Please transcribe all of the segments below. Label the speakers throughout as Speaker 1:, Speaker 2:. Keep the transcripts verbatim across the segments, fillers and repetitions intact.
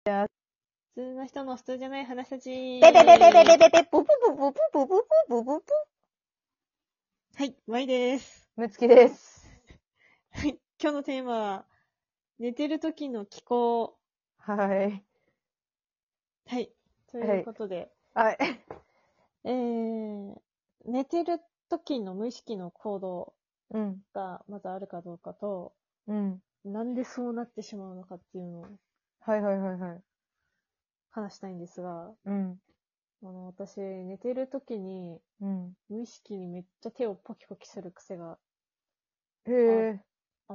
Speaker 1: 普
Speaker 2: 通の人の普通じゃない話たち。
Speaker 1: ペペペペペペペペポポポポポポポポポポポ。
Speaker 2: はい、マイです。
Speaker 1: むつきです。
Speaker 2: はい、今日のテーマは、寝てる時の気候。
Speaker 1: はい。
Speaker 2: はい、ということで、
Speaker 1: はい。
Speaker 2: えー、寝てる時の無意識の行動
Speaker 1: うん。
Speaker 2: がまずあるかどうかと、
Speaker 1: うん。
Speaker 2: なんでそうなってしまうのかっていうのを
Speaker 1: はいはいはいはい。
Speaker 2: 話したいんですが、
Speaker 1: うん。
Speaker 2: あの、私、寝てる時に、
Speaker 1: うん。
Speaker 2: 無意識にめっちゃ手をポキポキする癖が
Speaker 1: へえ。
Speaker 2: あって、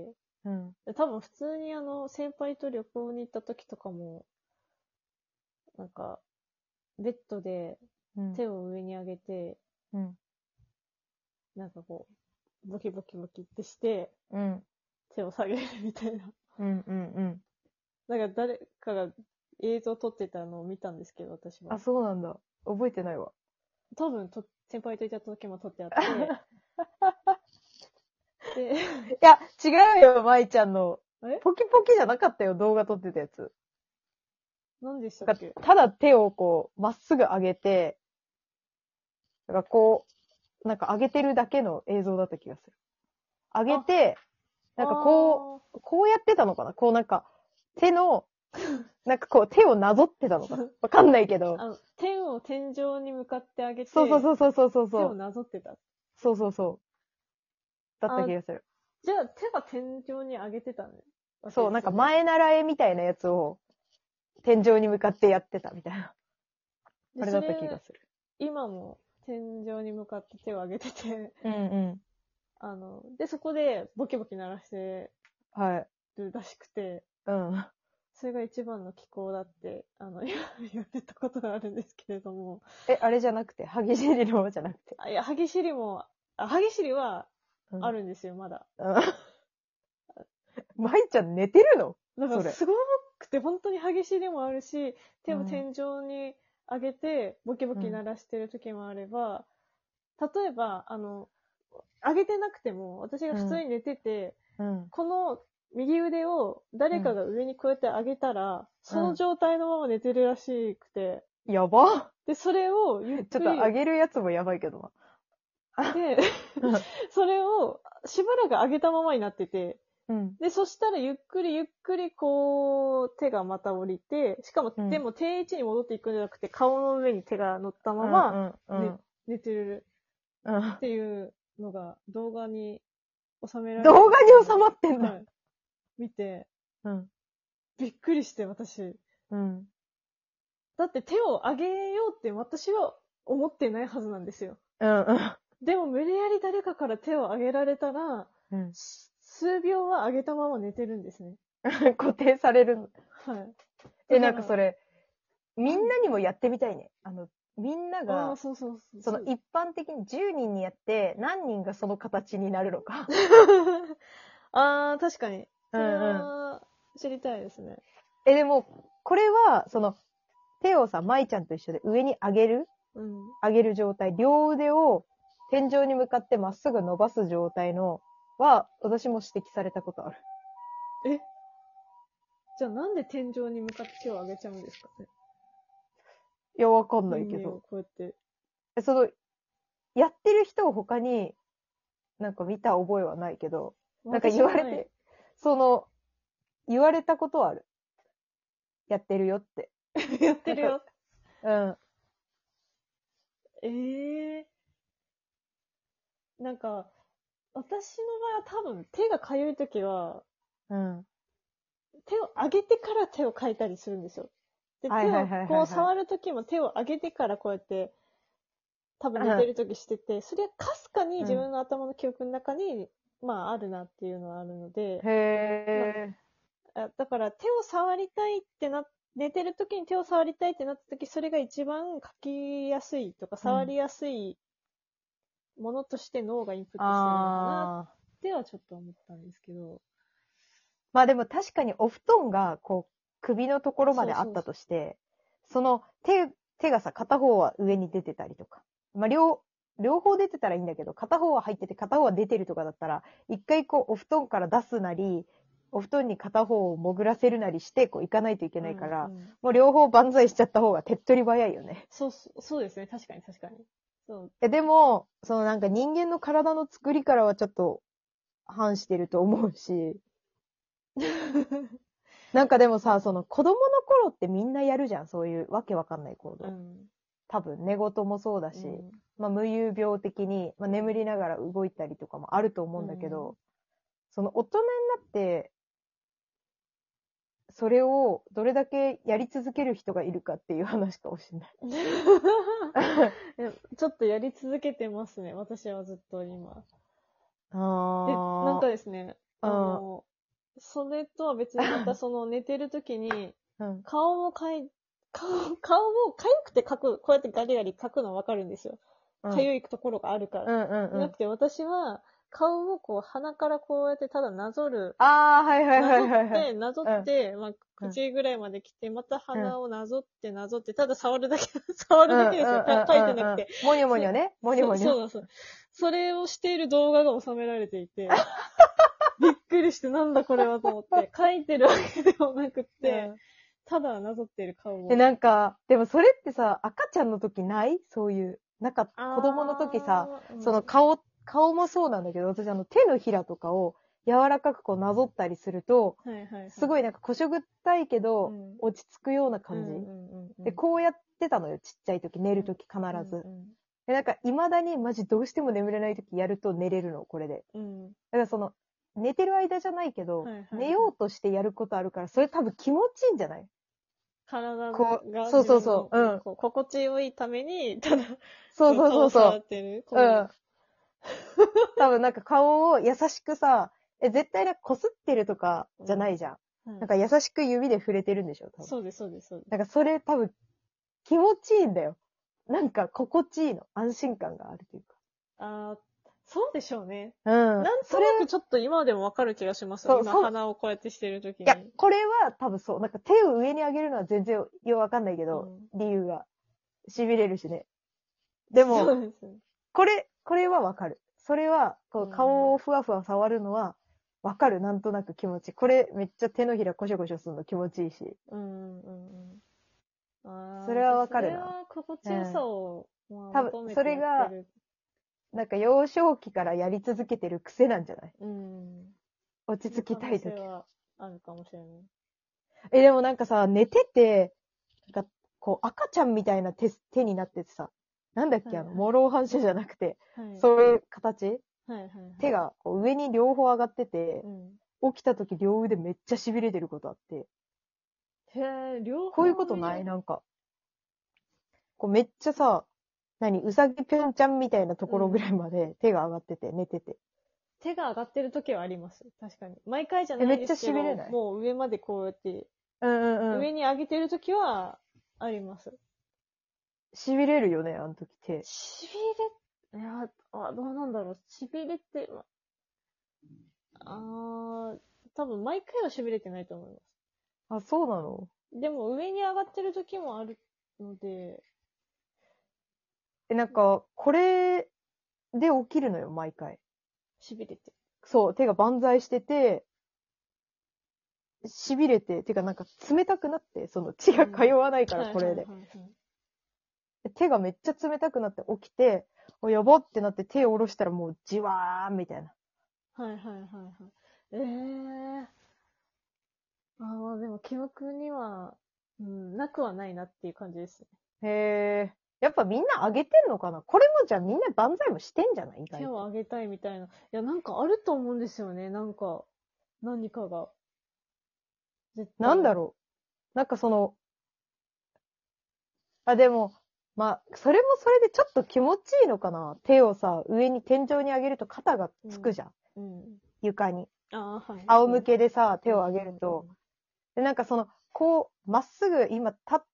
Speaker 1: うん。
Speaker 2: で多分普通にあの、先輩と旅行に行った時とかも、なんか、ベッドで
Speaker 1: うん。
Speaker 2: 手を上に上げて、
Speaker 1: うん。
Speaker 2: なんかこう、ボキボキボキってして、
Speaker 1: うん。
Speaker 2: 手を下げるみたいな。
Speaker 1: うん。うん。
Speaker 2: なんか誰かが映像撮ってたのを見たんですけど、私は。
Speaker 1: あ、そうなんだ。覚えてないわ。
Speaker 2: 多分と、先輩といた時も撮ってあって、で、
Speaker 1: いや、違うよ、まいちゃんの。
Speaker 2: え
Speaker 1: ポキポキじゃなかったよ、動画撮ってたやつ。
Speaker 2: 何でした
Speaker 1: なんか
Speaker 2: っけ？
Speaker 1: ただ手をこう、まっすぐ上げて、なんかこう、なんか上げてるだけの映像だった気がする。上げて、なんかこう、こうやってたのかなこうなんか、手の、なんかこう手をなぞってたのかなわかんないけど。
Speaker 2: あの、手を天井に向かって上げて、
Speaker 1: そうそうそうそうそうそう。
Speaker 2: 手をなぞってた。
Speaker 1: そうそうそう。だった
Speaker 2: あ、
Speaker 1: 気がする。
Speaker 2: じゃあ手が天井に上げてたね。
Speaker 1: そう、なんか前習えみたいなやつを天井に向かってやってたみたいな。あれだった気がする。
Speaker 2: 今も天井に向かって手を上げてて、
Speaker 1: うんうん。
Speaker 2: あの、で、そこでボキボキ鳴らして
Speaker 1: はい。
Speaker 2: るらしくて、
Speaker 1: うん。
Speaker 2: それが一番の気候だって、あの、言われたことがあるんですけれども。
Speaker 1: え、あれじゃなくて、歯ぎしりのじゃなくて。
Speaker 2: あ、いや、歯ぎしりも、あ、歯ぎしりは
Speaker 1: うん、
Speaker 2: あるんですよ、まだ。
Speaker 1: うん。まいちゃん寝てるの
Speaker 2: だから
Speaker 1: それ。
Speaker 2: すごくて、本当に歯ぎしりもあるし、手を
Speaker 1: うん
Speaker 2: 天井に上げて、ボキボキ鳴らしてる時もあれば、例えば、あの、上げてなくても、私が普通に寝てて、
Speaker 1: うん。
Speaker 2: この右腕を誰かが上にこうやって上げたら、
Speaker 1: うん、
Speaker 2: その状態のまま寝てるらしくて。
Speaker 1: やば。
Speaker 2: で、それをゆっくり。
Speaker 1: ちょっと上げるやつもやばいけど
Speaker 2: な。で、それをしばらく上げたままになってて、うん、で、そしたらゆっくりゆっくりこう、手がまた降りて、しかも手も定位置に戻っていくんじゃなくて、顔の上に手が乗ったまま、ね、うんうんうん、寝てるっていうのが動画に収められて
Speaker 1: 動画に収まってんだ。はい、
Speaker 2: 見て、
Speaker 1: うん、
Speaker 2: びっくりして私。
Speaker 1: うん、
Speaker 2: だって手を上げようって私は思ってないはずなんですよ。
Speaker 1: うんうん、で
Speaker 2: も無理やり誰かから手を上げられたら、うん、数秒は上げたまま寝てるんですね。
Speaker 1: 固定される。
Speaker 2: はい。
Speaker 1: え、なんかそれ、みんなにもやってみたいね。あの、みんなが、
Speaker 2: そうそうそう
Speaker 1: その一般的にじゅうにんにやって何人がその形になるのか。
Speaker 2: あー、確かに。それは知りたいですね。うんうん、
Speaker 1: え、でも、これは、その、手をさ、舞ちゃんと一緒で上に上げる、うん、上げる状態、両腕を天井に向かってまっすぐ伸ばす状態のは、私も指摘されたことある。
Speaker 2: えじゃあなんで天井に向かって手を上げちゃうんですかね。
Speaker 1: いや、わかんないけど。
Speaker 2: こうやって。
Speaker 1: え、その、やってる人を他になんか見た覚えはないけど、なんか言われて、その、言われたことはある。やってるよって。
Speaker 2: やってるよ。
Speaker 1: うん。
Speaker 2: ええー。なんか、私の場合は多分手がかゆいときは、うん。手を上げてから手をかいたりするんですよ。で、手をこう触るときも手を上げてからこうやって、多分寝てるときしてて、それはかすかに自分の頭の記憶の中に、うん、まああるなっていうのはあるので。へー。まあ、だから手を触りたいってな、寝てるときに手を触りたいってなったとき、それが一番書きやすいとか、触りやすいものとして脳がインプットしてるのかなってはちょっと思ったんですけど。まあでも確かにお布団がこう首のところまであったとして、その手、手がさ、片方は上に出てたりとか。まあ両、両方出てたらいいんだけど、片方は入ってて片方は出てるとかだったら、一回こうお布団から出すなり、
Speaker 1: お布団に片方を潜らせるなりして、こう行かないといけないから、
Speaker 2: うんうん、
Speaker 1: もう両方万歳しちゃった方が手っ取り早いよね。
Speaker 2: そう、そうですね。確かに確かに。そう。
Speaker 1: え、でも、そのなんか人間の体の作りからはちょっと反してると思うし、なんかでもさ、その子供の頃ってみんなやるじゃん、そういうわけわかんない行動。
Speaker 2: うん、
Speaker 1: 多分、寝言もそうだし、
Speaker 2: うん、
Speaker 1: まあ無遊病的に、まあ眠りながら動いたりとかもあると思うんだけど、
Speaker 2: うん、
Speaker 1: その大人になって、それをどれだけやり続ける人がいるかっていう話かもしれない。
Speaker 2: ちょっとやり続けてますね。私はずっと今。
Speaker 1: あ
Speaker 2: で、なんか
Speaker 1: ー、
Speaker 2: ですね、あの、それとは別にまたその寝てる時に、
Speaker 1: うん、
Speaker 2: 顔もかい、顔、顔もかゆくて描く、こうやってガリガリ描くのわかるんですよ。
Speaker 1: うん、
Speaker 2: かゆいところがあるから。
Speaker 1: うん、うん、うん。
Speaker 2: じゃなくて私は、顔をこう鼻からこうやってただなぞる、
Speaker 1: あー、はいはい
Speaker 2: なぞ
Speaker 1: はいはいはい。
Speaker 2: って、なぞ
Speaker 1: うん、
Speaker 2: って、まあ、
Speaker 1: うん、
Speaker 2: 口ぐらいまで来て、また
Speaker 1: うん、
Speaker 2: 鼻をなぞってなぞって、ただ触るだけ、触
Speaker 1: うん、うん、
Speaker 2: るだけですよ。か書いてな
Speaker 1: うん、うん。
Speaker 2: くて。
Speaker 1: もにょもにょね。もにょも
Speaker 2: そ、
Speaker 1: にょ。
Speaker 2: そうなんです。それをしている動画が収められていて、びっくりしてなんだこれはと思って、書いてるわけでもなくって、
Speaker 1: うん。
Speaker 2: ただなぞってる顔
Speaker 1: え、
Speaker 2: を。
Speaker 1: なんか、でもそれってさ、赤ちゃんの時ないそういう。なんか、子供の時さ、
Speaker 2: あー、うん、
Speaker 1: その顔、顔もそうなんだけど、私あの手のひらとかを柔らかくこうなぞったりすると、
Speaker 2: はいはいはい。
Speaker 1: すごいなんかこしょぐったいけど、
Speaker 2: うん、
Speaker 1: 落ち着くような感じ。
Speaker 2: うんうんうんうん、
Speaker 1: で、こうやってたのよ、ちっちゃい時、寝る時必ず。
Speaker 2: うん
Speaker 1: で、なんか、未だにマジどうしても眠れない時やると寝れるの、これで。
Speaker 2: うん、うん。
Speaker 1: だからその、寝てる間じゃないけど、
Speaker 2: はいはいはい、
Speaker 1: 寝ようとしてやることあるから、それ多分気持ちいいんじゃない
Speaker 2: 体
Speaker 1: こう、
Speaker 2: が
Speaker 1: そうそう
Speaker 2: 自分の
Speaker 1: そう、うん。
Speaker 2: こう心地よいために、ただ、
Speaker 1: そうそう
Speaker 2: こう顔を
Speaker 1: そうそ
Speaker 2: 触ってる。こ
Speaker 1: う。う
Speaker 2: の、
Speaker 1: ん。多分なんか顔を優しくさ、え、絶対なんか擦ってるとかじゃないじゃん。
Speaker 2: うん、
Speaker 1: なんか優しく指で触れてるんでしょ、多分。
Speaker 2: そうです、そうです、そうです。
Speaker 1: なんかそれ多分気持ちいいんだよ。なんか心地いいの。安心感があるというか。
Speaker 2: ああ、そうでしょうね。
Speaker 1: うん。
Speaker 2: なんと
Speaker 1: それ、
Speaker 2: なくちょっと今でもわかる気がします。
Speaker 1: そう、
Speaker 2: 今
Speaker 1: そう、
Speaker 2: 鼻をこうやってしてるとき
Speaker 1: いや、
Speaker 2: に。
Speaker 1: これは多分そう。なんか手を上に上げるのは全然よくわかんないけど、
Speaker 2: うん、
Speaker 1: 理由が。痺れるしね。でも、
Speaker 2: そうですね。
Speaker 1: これ、これはわかる。それは、こう、
Speaker 2: うん、
Speaker 1: 顔をふわふわ触るのは、わかる。なんとなく気持ちいい。これ、めっちゃ手のひらコショコショするの気持ちいいし。
Speaker 2: うん、うん、うん。ああ、
Speaker 1: それは
Speaker 2: じゃあそ
Speaker 1: わかるな。
Speaker 2: れは心地よ
Speaker 1: うん。
Speaker 2: さを、まあ、
Speaker 1: 多分、そ
Speaker 2: 求めてやって
Speaker 1: れが、
Speaker 2: る。
Speaker 1: なんか幼少期からやり続けてる癖なんじゃない
Speaker 2: うん。
Speaker 1: 落ち
Speaker 2: その可能
Speaker 1: 着きたいとき。
Speaker 2: 性はあるかもしれない。
Speaker 1: え、でもなんかさ、寝てて、なんか、こう、赤ちゃんみたいな手、手になっててさ、なんだっけ、あの、
Speaker 2: はいはい。
Speaker 1: 朦朧反射じゃなくて、
Speaker 2: はい。
Speaker 1: そういう形
Speaker 2: はいはいはい。
Speaker 1: 手がこう上に両方上がってて
Speaker 2: う、ん。
Speaker 1: 起きた時両腕めっちゃ痺れてることあって、
Speaker 2: へえ、両
Speaker 1: こういうこと
Speaker 2: 方上に。
Speaker 1: ないなんか、こうめっちゃさ、何うさぎぴょんちゃんみたいなところぐらいまで手が上がってて寝てて。
Speaker 2: 手が上がってる時はあります。確かに。毎回じゃ
Speaker 1: え、
Speaker 2: ないで
Speaker 1: めっちゃ
Speaker 2: すけど、
Speaker 1: 痺れない
Speaker 2: もう上までこうやって、
Speaker 1: うんうんうん。
Speaker 2: 上に上げてる時はあります。
Speaker 1: 痺れるよね、あの時手。
Speaker 2: しびれ、いや、あ、どうなんだろう。しびれって、まあー、多分毎回はしびれてないと思います。
Speaker 1: あ、そうなの
Speaker 2: でも上に上がってる時もあるので、
Speaker 1: え、なんか、これで起きるのよ、毎回。
Speaker 2: しびれて。
Speaker 1: そう、手が万歳してて、痺れて、てかなんか冷たくなって、その血が通わないから、これで。
Speaker 2: はいはいはいはい。
Speaker 1: 手がめっちゃ冷たくなって起きて、おやばってなって手を下ろしたらもうじわーんみたいな。
Speaker 2: はいはいはいはい。ええー。ああ、まあでも記憶には、うん、なくはないなっていう感じですね。
Speaker 1: へえ。やっぱみんな上げてんのかなこれもじゃあみんな万歳もしてんじゃない意外と。
Speaker 2: 手を上げたいみたいな。いや、なんかあると思うんですよね。なんか、何かが。絶対。
Speaker 1: なんだろう。なんかその、あ、でも、まあ、それもそれでちょっと気持ちいいのかな手をさ、上に天井に上げると肩がつくじゃん。
Speaker 2: うん。うん。
Speaker 1: 床に。
Speaker 2: ああ、はい。
Speaker 1: 仰向けでさ、手を
Speaker 2: うん
Speaker 1: 上げると。
Speaker 2: うんうん
Speaker 1: で、なんかその、こう、まっすぐ今立って、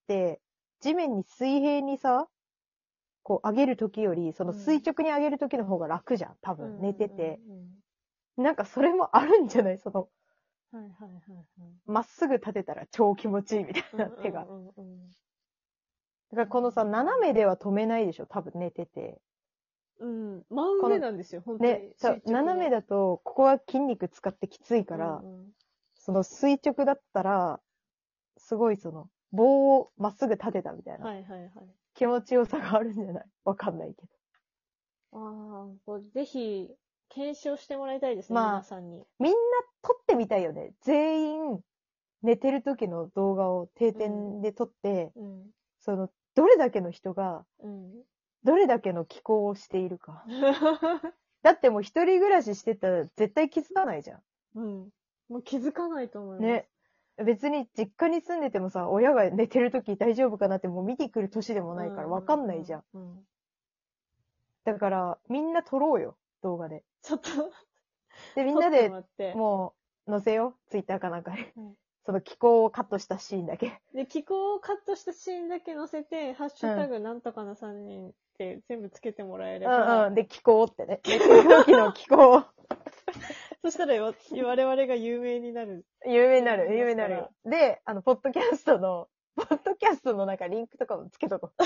Speaker 1: 地面に水平にさ、こう上げるときより、その垂直に上げるときの方が楽じゃん。多分、寝てて。
Speaker 2: うんうんうん
Speaker 1: なんかそれもあるんじゃないその、
Speaker 2: はいはいはいはい。
Speaker 1: まっすぐ立てたら超気持ちいいみたいな手が。
Speaker 2: うんうんうん。
Speaker 1: だからこのさ、斜めでは止めないでしょ多分寝てて。
Speaker 2: うん。真
Speaker 1: この、
Speaker 2: 上なんですよ、本当に。
Speaker 1: ね、そう、
Speaker 2: 垂直が。
Speaker 1: 斜めだと、ここは筋肉使ってきついから、
Speaker 2: うんうん
Speaker 1: その垂直だったら、すごいその、棒をまっすぐ立てたみたいな
Speaker 2: はいはいはい。
Speaker 1: 気持ちよさがあるんじゃない？わかんないけど。
Speaker 2: ああ、こうぜひ、検証してもらいたいですね、
Speaker 1: まあ
Speaker 2: 皆さんに。
Speaker 1: みんな撮ってみたいよね。全員、寝てる時の動画を定点で撮って、
Speaker 2: うん。
Speaker 1: その、どれだけの人が、
Speaker 2: うん。
Speaker 1: どれだけの気候をしているか。だってもう一人暮らししてたら絶対気づかないじゃん。
Speaker 2: うん。もう気づかないと思います。
Speaker 1: ね。別に実家に住んでてもさ、親が寝てる時大丈夫かなってもう見てくる年でもないからわかんないじゃん。
Speaker 2: うん。うん。
Speaker 1: だから、みんな撮ろうよ、動画で。
Speaker 2: ちょっと、
Speaker 1: で、みんな
Speaker 2: 撮って
Speaker 1: で
Speaker 2: もらって
Speaker 1: もう載せよう、ツイッターかなんかで。
Speaker 2: うん
Speaker 1: その気候をカットしたシーンだけ。
Speaker 2: で、気候をカットしたシーンだけ載せて、ハッシュタグなんとかなさんにんって全部つけてもらえれ
Speaker 1: う
Speaker 2: ば、
Speaker 1: んうん。で、気候ってね。寝てる時の気候。
Speaker 2: そしたらよ我々が有名になる。
Speaker 1: 有名になる、有名にな
Speaker 2: だか
Speaker 1: る。で、あの、ポッドキャストの、ポッドキャストのなんかリンクとかもつけとこ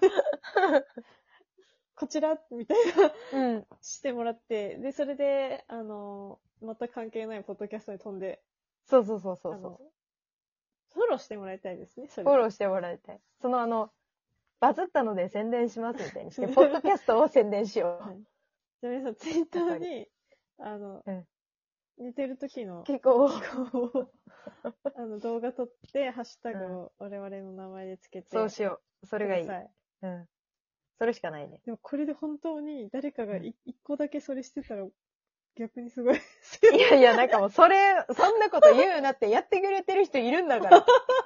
Speaker 2: こちらみたいな、
Speaker 1: う。うん。
Speaker 2: してもらって、で、それで、あの、全く関係ないポッドキャストに飛んで、
Speaker 1: そうそうそうそうそ
Speaker 2: あの、フォローしてもらいたいですね、それ
Speaker 1: う。フォローしてもらいたい。そのあの、バズったので宣伝しますみたいにして、ポッドキャストを宣伝しよう。
Speaker 2: はい。じゃあ皆さん、ツイッターに、あの、
Speaker 1: うん
Speaker 2: 寝てる時の
Speaker 1: 気候を。
Speaker 2: 気候を、あの、動画撮って、ハッシュタグを我々の名前でつけて、
Speaker 1: そうしよう。それがいい。
Speaker 2: ください。
Speaker 1: うん。それしかないね。
Speaker 2: でもこれで本当に誰かが
Speaker 1: うん
Speaker 2: い一個だけそれしてたら逆にすごい。
Speaker 1: いやいや、なんかもうそれ、そんなこと言うなってやってくれてる人いるんだから。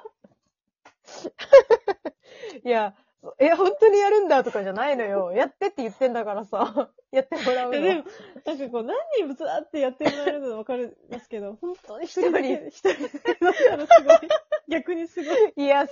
Speaker 1: いや、え、本当にやるんだとかじゃないのよ。やってって言ってんだからさ、やってもらうの。
Speaker 2: いやでも、なんかこう何人もずーってやってもらえるのわかるんですけど、本当に一人だけ、一人だけだったらすごい。逆にすごい。
Speaker 1: いや、